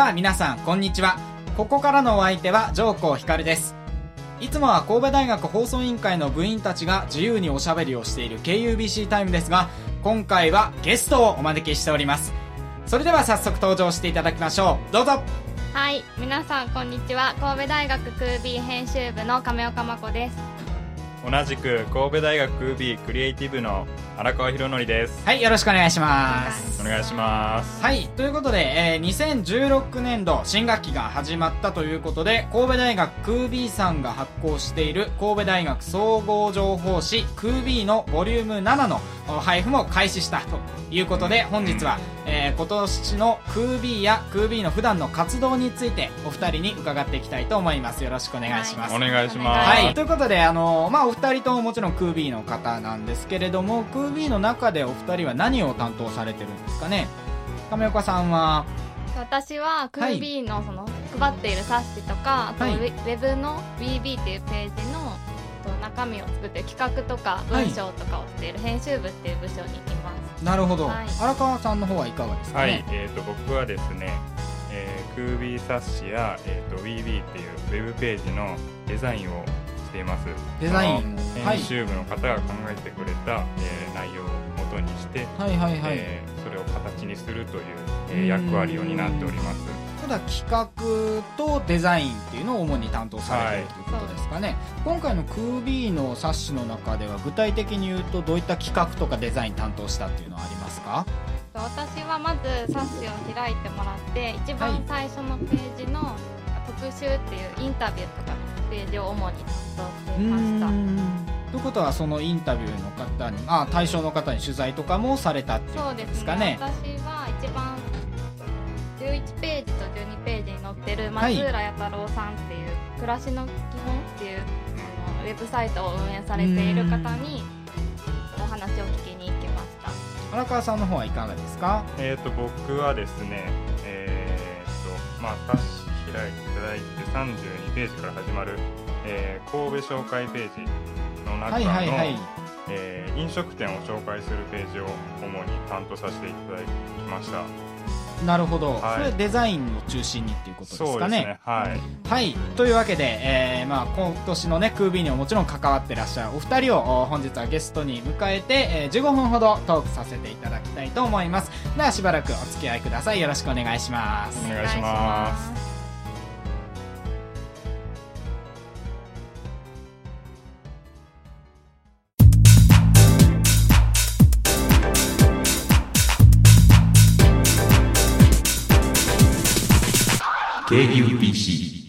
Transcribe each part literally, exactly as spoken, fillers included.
さあ皆さんこんにちは。ここからのお相手は上甲光です。いつもは神戸大学放送委員会の部員たちが自由におしゃべりをしている ケーユービーシー タイムですが、今回はゲストをお招きしております。それでは早速登場していただきましょう。どうぞ。 はい、皆さんこんにちは。神戸大学クービー編集部の亀岡真子です。 同じく神戸大学クービークリエイティブの荒川博則です。 はい、よろしくお願いします。 お願いします。 はい、ということで、えー、にせんじゅうろくねんど新学期が始まったということで、神戸大学クービーさんが発行している神戸大学総合情報誌クービーのボリュームななの配布も開始したということで、本日は、えー、今年のクービーやクービーの普段の活動についてお二人に伺っていきたいと思います。よろしくお願いします。 お願いします。 はい、ということで、あのー、まあお二人とももちろんクービーの方なんですけれども、クービーの中でお二人は何を担当されてるんですかね。亀岡さんは。 私はクービーのその配っている冊子とか、あとウェブの ウィービー っていうページの中身を作っている企画とか文章とかをしている編集部っていう部署にいます。 なるほど、 はい、 荒川さんの方はいかがですかね。 はい、えー、と僕はですね、えー、クービー冊子や、えー、と ウィービー っていうウェブページのデザインをしています。 デザイン、 編集部の方が考えてくれた、はい、えー、内容を元にして、 はいはいはい、 えー、それを形にするという、えー、役割を担っております。 ただ企画とデザインっていうのを主に担当されているということですかね。はい、今回のクービーの冊子の中では具体的に言うとどういった企画とかデザイン担当したっていうのはありますか。 私はまず冊子を開いてもらって、一番最初のページの特集っていうインタビューとかのページを主に担当していました。 ということはそのインタビューの方に、あ、対象の方に取材とかもされたっていうことですかね。 そうですね、私は一番じゅういちページとじゅうにページに載ってる松浦弥太郎さんっていう、はい、暮らしの基本っていうあのウェブサイトを運営されている方にお話を聞きに行きました。 荒川さんの方はいかがですか。 えーと僕はですね、えーとまあ冊子開いていただいてさんじゅうにページから始まる、えー、神戸紹介ページの中の、はいはいはい、えー、飲食店を紹介するページを主に担当させていただきました。 なるほど、 はい、 それデザインを中心にっていうことですかね。 そうですね、はい、 はい、というわけで、えーまあ、今年の、ね、クービーにももちろん関わってらっしゃるお二人を本日はゲストに迎えて、えー、じゅうごふんほどトークさせていただきたいと思います。ではしばらくお付き合いください。よろしくお願いします。 お願いします。 ケーユービーシー。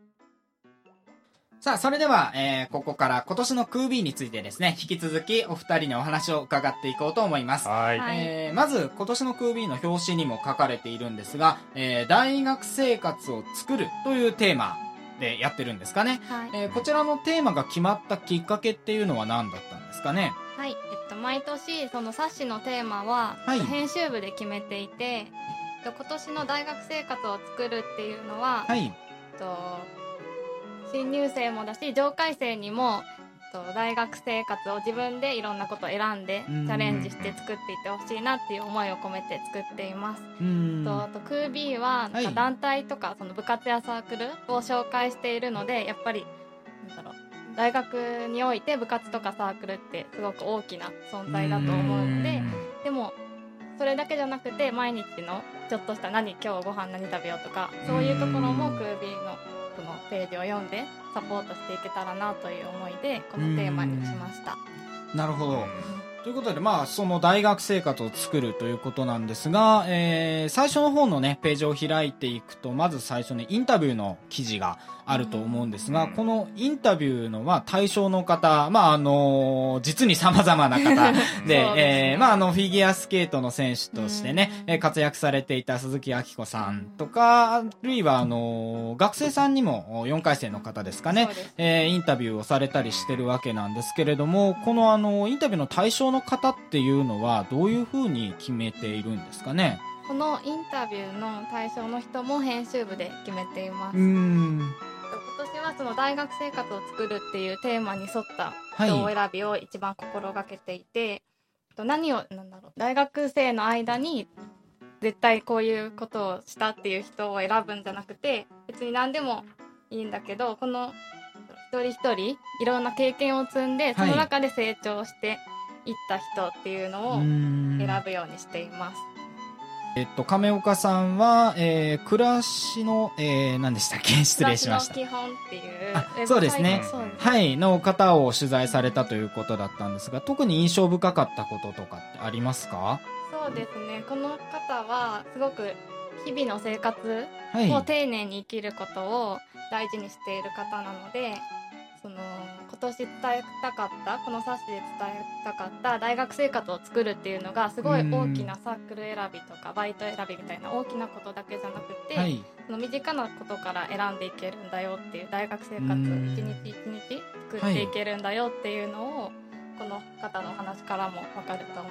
さあ、それでは、えー、ここから今年のクービーについてですね、引き続きお二人にお話を伺っていこうと思います。 はい、 えー、まず今年のクービーの表紙にも書かれているんですが、えー、大学生活を作るというテーマでやってるんですかね。 はい、 えー、こちらのテーマが決まったきっかけっていうのは何だったんですかね。 はい、えっと、毎年その冊子のテーマは、はい、編集部で決めていて、今年の大学生活を作るっていうのは、はい、えっと、新入生もだし上階生にも、えっと、大学生活を自分でいろんなことを選んでチャレンジして作っていってほしいなっていう思いを込めて作っています。とあとクービーはなんか団体とかその部活やサークルを紹介しているので、やっぱりなんだろう、大学において部活とかサークルってすごく大きな存在だと思うので、でもそれだけじゃなくて毎日のちょっとした何今日ご飯何食べようとか、そういうところもクービーのこのページを読んでサポートしていけたらなという思いでこのテーマにしました。 なるほど。ということで、まあ、その大学生活を作るということなんですが、えー、最初の方のね、ページを開いていくと、まず最初にインタビューの記事があると思うんですが、このインタビューのは対象の方、まあ、あのー、実に様々な方で、でね、えー、まあ、あの、フィギュアスケートの選手としてね、えー、活躍されていた鈴木明子さんとか、あるいは、あのー、学生さんにもよんかい生の方ですかね、えー、インタビューをされたりしてるわけなんですけれども、このあの、インタビューの対象の方っていうのはどういうふうに決めているんですかね。 このインタビューの対象の人も編集部で決めています。うーん、今年はその大学生活を作るっていうテーマに沿った人選びを一番心がけていて、はい、何をなんだろう、大学生の間に絶対こういうことをしたっていう人を選ぶんじゃなくて、別に何でもいいんだけど、この一人一人いろんな経験を積んで、その中で成長していった人っていうのを選ぶようにしています。 えっと、亀岡さんは、えー、暮らしの、えー、何でしたっけ失礼しました。 暮らしの基本っていう。 そうですね。はい、の方を取材されたということだったんですが、特に印象深かったこととかってありますか？ そうですね。この方は、すごく日々の生活を丁寧に生きることを大事にしている方なので、その今年伝えたかったこの冊子で伝えたかった大学生活を作るっていうのがすごい大きなサークル選びとかバイト選びみたいな大きなことだけじゃなくて、はい、その身近なことから選んでいけるんだよっていう、大学生活一日一日作っていけるんだよっていうのを、はい、この方のお話からも分かると思います。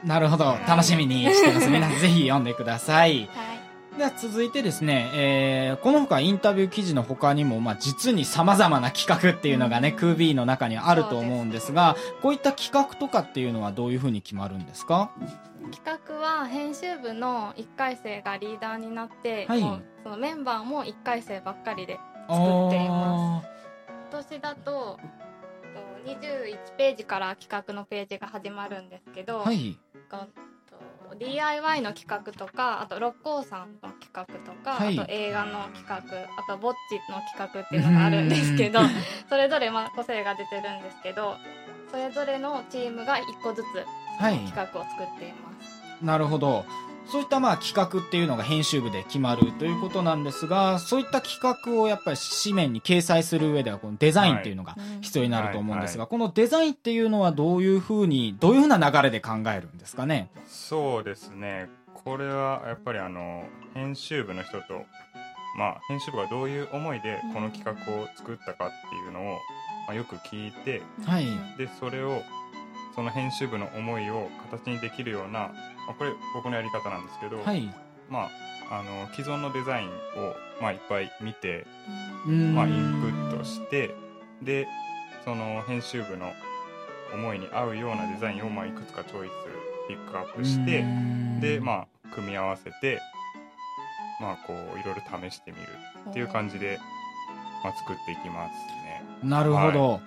なるほど、楽しみにしてますね。ぜひ読んでください。はい、では続いてですね、えー、この他インタビュー記事の他にも、まあ、実に様々な企画っていうのがね、うん、クービーの中にはあると思うんですが、こういった企画とかっていうのはどういうふうに決まるんですか？ 企画は編集部のいっかい生がリーダーになって、はい、もうそのメンバーもいっかい生ばっかりで作っています。今年だとにじゅういちページから企画のページが始まるんですけど、はい、ディーアイワイ の企画とか、あと六甲山の企画とか、はい、あと映画の企画、あとぼっちの企画っていうのがあるんですけどそれぞれまあ個性が出てるんですけど、それぞれのチームがいっこずつ企画を作っています。 はい、なるほど。そういったまあ企画っていうのが編集部で決まるということなんですが、そういった企画をやっぱり紙面に掲載する上ではこのデザインっていうのが必要になると思うんですが、はいはいはい、このデザインっていうのはどういうふうにどういうふうな流れで考えるんですかね？ そうですね、これはやっぱりあの編集部の人と、まあ、編集部がどういう思いでこの企画を作ったかっていうのを、まあ、よく聞いて、はい、でそれをその編集部の思いを形にできるような、まあ、これ僕のやり方なんですけど、はい、まあ、あの既存のデザインを、まあ、いっぱい見て、まあ、インプットして、でその編集部の思いに合うようなデザインを、まあ、いくつかチョイスピックアップして、で、まあ、組み合わせて、まあ、こういろいろ試してみるっていう感じで、まあ、作っていきますね。 なるほど、はい、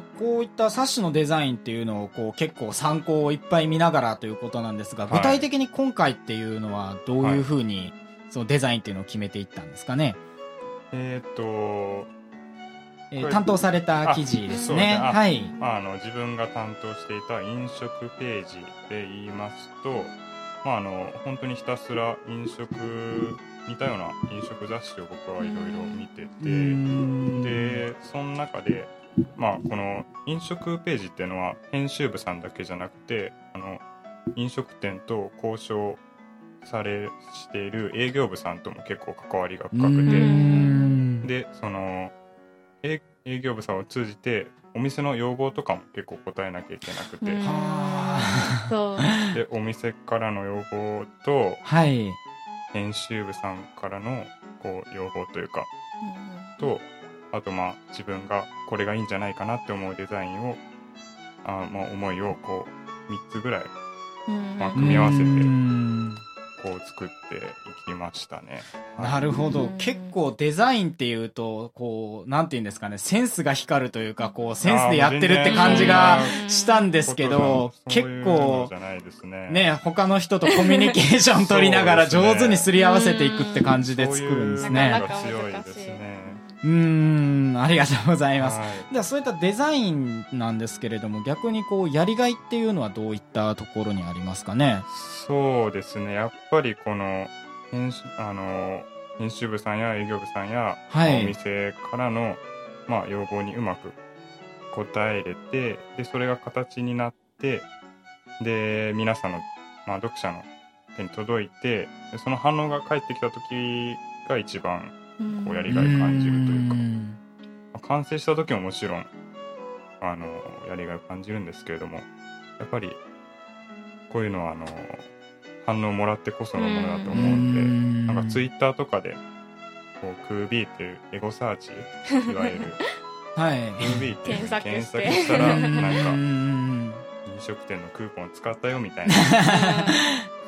こういった冊子のデザインっていうのをこう結構参考をいっぱい見ながらということなんですが、具体的に今回っていうのはどういうふうにそのデザインっていうのを決めていったんですかね？ えー、っと、 えー、担当された記事ですね。はい。 まあ、あの自分が担当していた飲食ページで言いますと、まあ、あの本当にひたすら飲食似たような飲食雑誌を僕はいろいろ見てて、でその中で、まあ、この飲食ページっていうのは編集部さんだけじゃなくて、あの飲食店と交渉されしている営業部さんとも結構関わりが深くて、でその営業部さんを通じてお店の要望とかも結構答えなきゃいけなくて、でお店からの要望と、はい、編集部さんからのこう要望というか、とあとまあ自分がこれがいいんじゃないかなって思うデザインを、あ、まあ、思いをこうみっつぐらい、まあ、組み合わせてこう作っていきましたね。 なるほど。結構デザインっていうとこうなんていうんですかね、センスが光るというか、こうセンスでやってるって感じがしたんですけど、結構ね、他の人とコミュニケーション取りながら上手にすり合わせていくって感じで作るんですね。 なかなか強いですね。 うーん、ありがとうございます。はい、ではそういったデザインなんですけれども、逆にこうやりがいっていうのはどういったところにありますかね？ そうですね、やっぱりこの編集、あの編集部さんや営業部さんや、はい、お店からの、まあ、要望にうまく答えれて、でそれが形になって、で皆さんの、まあ、読者の手に届いて、でその反応が返ってきた時が一番こうやりがい感じるというか、まあ、完成した時ももちろんあのやりがいを感じるんですけれども、やっぱりこういうのはあの反応をもらってこそのものだと思うんで、なんかツイッターとかでこうクービーっていうエゴサーチいわゆるはい、クービーって検索したらなんか飲食店のクーポン使ったよみたいな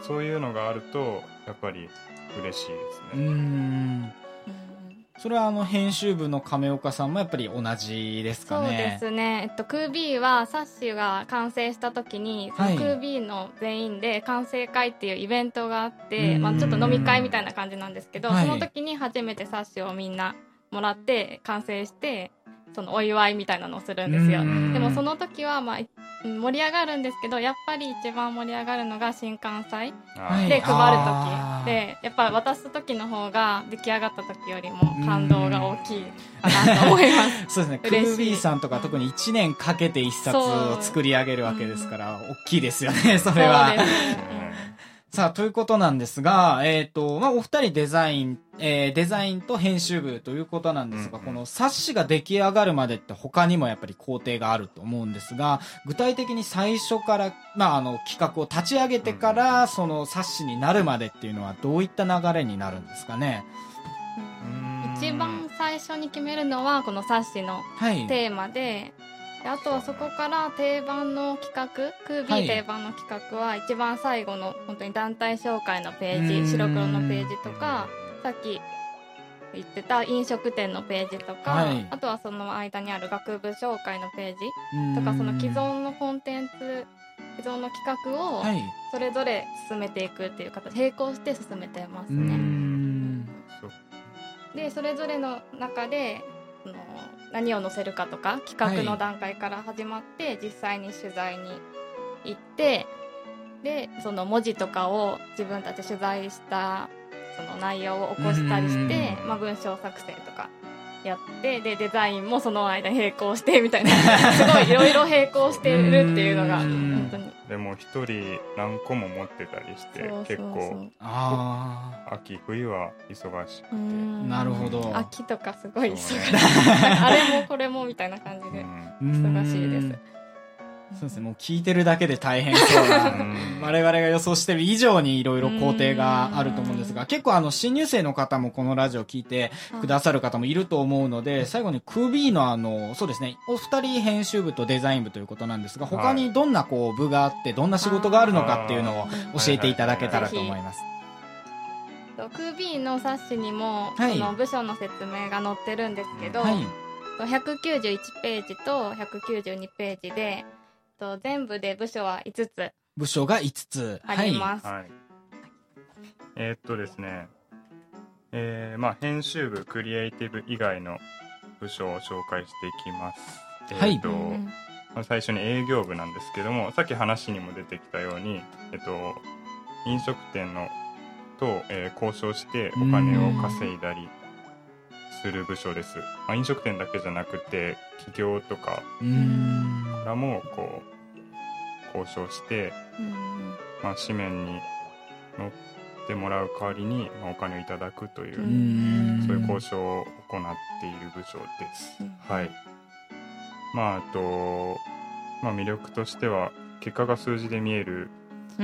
そういうのがあるとやっぱり嬉しいですね。 うーん、それはあの編集部の亀岡さんもやっぱり同じですかね。 そうですね、えっと、クービー は冊子が完成した時にその クービー の全員で完成会っていうイベントがあって、はい、まあ、ちょっと飲み会みたいな感じなんですけど、はい、その時に初めて冊子をみんなもらって完成してそのお祝いみたいなのをするんですよ。でもその時はまあ盛り上がるんですけど、やっぱり一番盛り上がるのが新刊祭で配る時で、やっぱ渡す時の方が出来上がった時よりも感動が大きいかなと思いますそうですね、クービーさんとか特にいちねんかけて一冊を作り上げるわけですから、大きいですよね、それは。そうですね、うん、さあ、ということなんですが、えっと、まあ、お二人デザイン、えー、デザインと編集部ということなんですが、うんうん、この冊子が出来上がるまでって他にもやっぱり工程があると思うんですが、具体的に最初から、まあ、あの、企画を立ち上げてから、その冊子になるまでっていうのはどういった流れになるんですかね。 うん、一番最初に決めるのはこの冊子のテーマで、はい、あとはそこから定番の企画、クービー定番の企画は一番最後の本当に団体紹介のページ、白黒のページとか、さっき言ってた飲食店のページとか、はい、あとはその間にある学部紹介のページとか、その既存のコンテンツ、既存の企画をそれぞれ進めていくっていう形、並行して進めてますね。うん、でそれぞれの中での何を載せるかとか企画の段階から始まって、はい、実際に取材に行って、でその文字とかを自分たち取材したその内容を起こしたりして、まあ、文章作成とかやって、でデザインもその間に並行してみたいなすごいいろいろ並行してるっていうのが本当に。 でも一人何個も持ってたりして、そうそうそう、結構あ秋冬は忙しくて。 なるほど。 秋とかすごい忙しいあれもこれもみたいな感じで忙しいです。 そうですね、もう聞いてるだけで大変そうな我々が予想してる以上にいろいろ工程があると思うんですが、結構あの新入生の方もこのラジオを聞いてくださる方もいると思うので、最後にクービーのあのそうですね、お二人編集部とデザイン部ということなんですが、他にどんなこう部があってどんな仕事があるのかっていうのを教えていただけたらと思います。 クービーの冊子にも、はい、その部署の説明が載ってるんですけど、はい、ひゃくきゅうじゅういちページとひゃくきゅうじゅうにページで全部で部署はいつつ部署がいつつあります。はいはい、 えー、っとですね、えー、まあ編集部クリエイティブ以外の部署を紹介していきます。はい。えー、っと、まあ、最初に営業部なんですけども、さっき話にも出てきたように、えっと飲食店のと、えー、交渉してお金を稼いだりする部署です。まあ、飲食店だけじゃなくて企業とかからもこう交渉して、まあ、紙面に載ってもらう代わりに、まあ、お金をいただくという、そういう交渉を行っている部署です。はい。まあ、あと、まあ、魅力としては結果が数字で見える、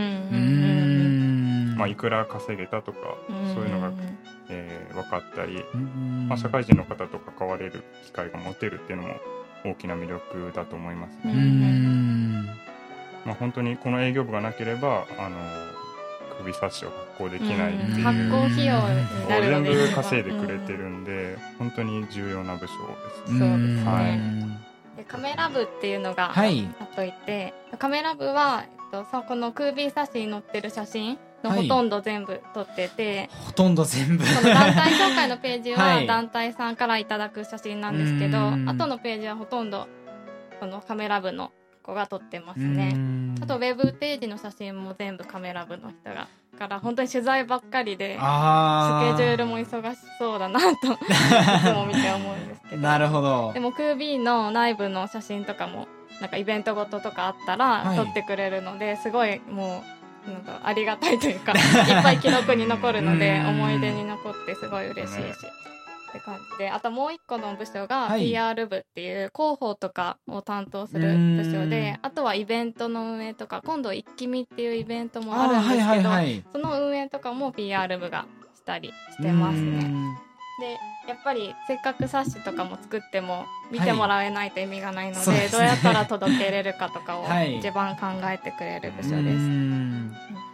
まあ、いくら稼げたとかそういうのが、えー、分かったり、まあ、社会人の方と関われる機会が持てるっていうのも大きな魅力だと思いますね。うーん、まあ、本当にこの営業部がなければあの首差しを発行できないっていう、 発行費用になるので全部稼いでくれてるんで、本当に重要な部署です。 そうですね。はい、でカメラ部っていうのがあっといて、はい、カメラ部は、えっと、このクービー冊子に載ってる写真のほとんど全部撮ってて、はい、 ほとんど全部その団体紹介のページは団体さんからいただく写真なんですけど、はい、あとのページはほとんどこのカメラ部の子が撮ってますね。あとウェブページの写真も全部カメラ部の人が、だから本当に取材ばっかりでスケジュールも忙しそうだなといつも見て思うんですけどなるほど。 でもクービーの内部の写真とかもなんかイベントごととかあったら撮ってくれるので、はい、すごいもうなんかありがたいというかいっぱい記録に残るので思い出に残ってすごい嬉しいし、ね、って感じで、あともう一個の部署が ピーアール 部っていう広報とかを担当する部署で、あとはイベントの運営とか、今度一気見っていうイベントもあるんですけど、はいはいはい、その運営とかも ピーアール 部がしたりしてますね。でやっぱりせっかく冊子とかも作っても見てもらえないと意味がないので、はい、どうやったら届けれるかとかを一番考えてくれる部署です。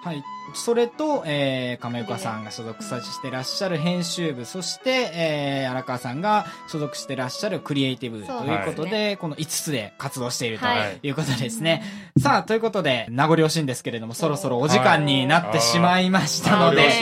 はい。それと、えー、亀岡さんが所属さしてらっしゃる編集部、そして、えー、荒川さんが所属してらっしゃるクリエイティブということで、はい、このいつつで活動しているということですね。はい、さあ、ということで、名残惜しいんですけれども、そろそろお時間になってしまいましたので、はい。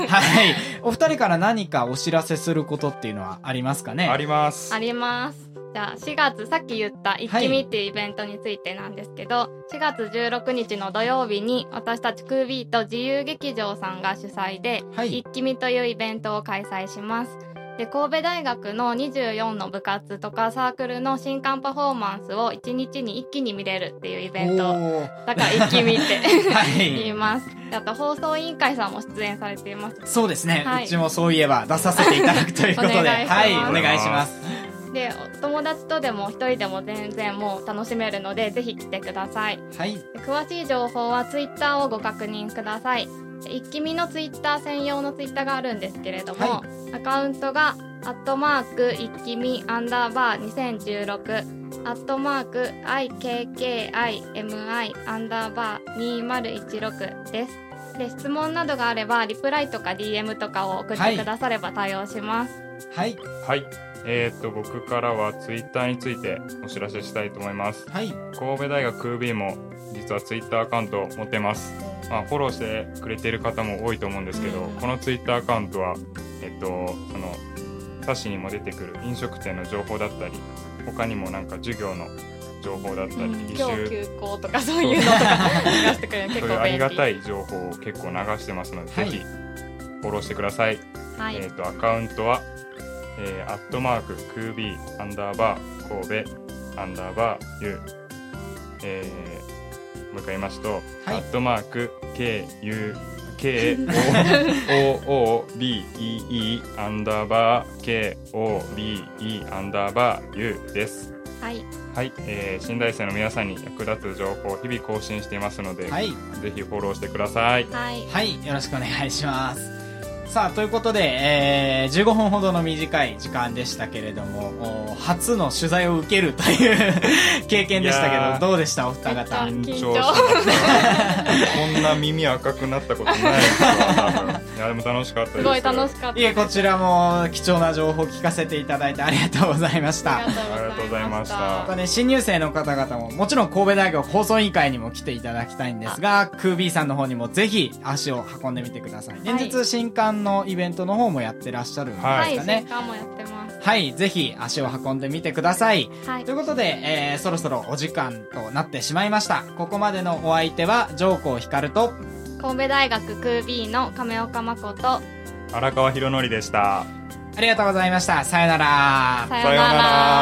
はい。お二人から何かお知らせすることっていうのはありますかね？ あります。 あります。じゃあしがつ、さっき言った一気見っていうイベントについてなんですけど、はい、しがつじゅうろくにちの土曜日に私たちクービーと自由劇場さんが主催で、はい、一気見というイベントを開催します。で、神戸大学のにじゅうよんの部活とかサークルの新刊パフォーマンスをいちにちに一気に見れるっていうイベントだから一気見って、はい、言います。あと放送委員会さんも出演されています。 そうですね、はい、うちもそういえば出させていただくということではい、お願いします。 で、お友達とでも一人でも全然もう楽しめるのでぜひ来てください。 はい。 詳しい情報はツイッターをご確認ください。一気見のツイッター専用のツイッターがあるんですけれども、はい、アカウントがアットマーク一気見アンダーバーにせんじゅうろくアットマーク アイケーケーアイエムアイ アンダーバーにせんじゅうろくです。で、質問などがあればリプライとか ディーエム とかを送ってくだされば対応します。 はい。 はい。えー、っと僕からはツイッターについてお知らせしたいと思います。 はい。 神戸大学 クービー も実はツイッターアカウントを持ってます。まあ、フォローしてくれている方も多いと思うんですけど、このツイッターアカウントはえっとその冊子にも出てくる飲食店の情報だったり、他にもなんか授業の情報だったり、うん、 履修休校とかそういうのとか流してくれる結構便利。そういうありがたい情報を結構流してますので、はい、ぜひフォローしてください。 はい、 えっとアカウントはえー、アットマーククービーアンダーバー神戸アンダーバー U、えー、もう一回言いますと、はい、アットマーク ケーユーケーオーオービーイーイー アンダーバー ケーオービーイー アンダーバー U です。 はい、 はいえー、新大生の皆さんに役立つ情報を日々更新していますので、はい、ぜひフォローしてください。 はい、 はい、よろしくお願いします。さあ、ということで、えー、じゅうごふんほどの短い時間でしたけれども、初の取材を受けるという経験でしたけど、どうでしたお二方？ 緊張しましたこんな耳赤くなったことないですよ多分。いやでも楽しかったです。 すごい楽しかったです。 いえ、こちらも貴重な情報を聞かせていただいてありがとうございました。 ありがとうございました。 またね、新入生の方々ももちろん神戸大学放送委員会にも来ていただきたいんですが、クービーさんの方にもぜひ足を運んでみてください。連日新刊のイベントの方もやってらっしゃるんですかね。 はい、新刊もやってます。 はい、ぜひ足を運んでみてください。 はい、 ということで、えー、そろそろお時間となってしまいました。ここまでのお相手は上甲光と神戸大学クービーの亀岡誠、 荒川博則でした。 ありがとうございました。さよなら。 さよなら。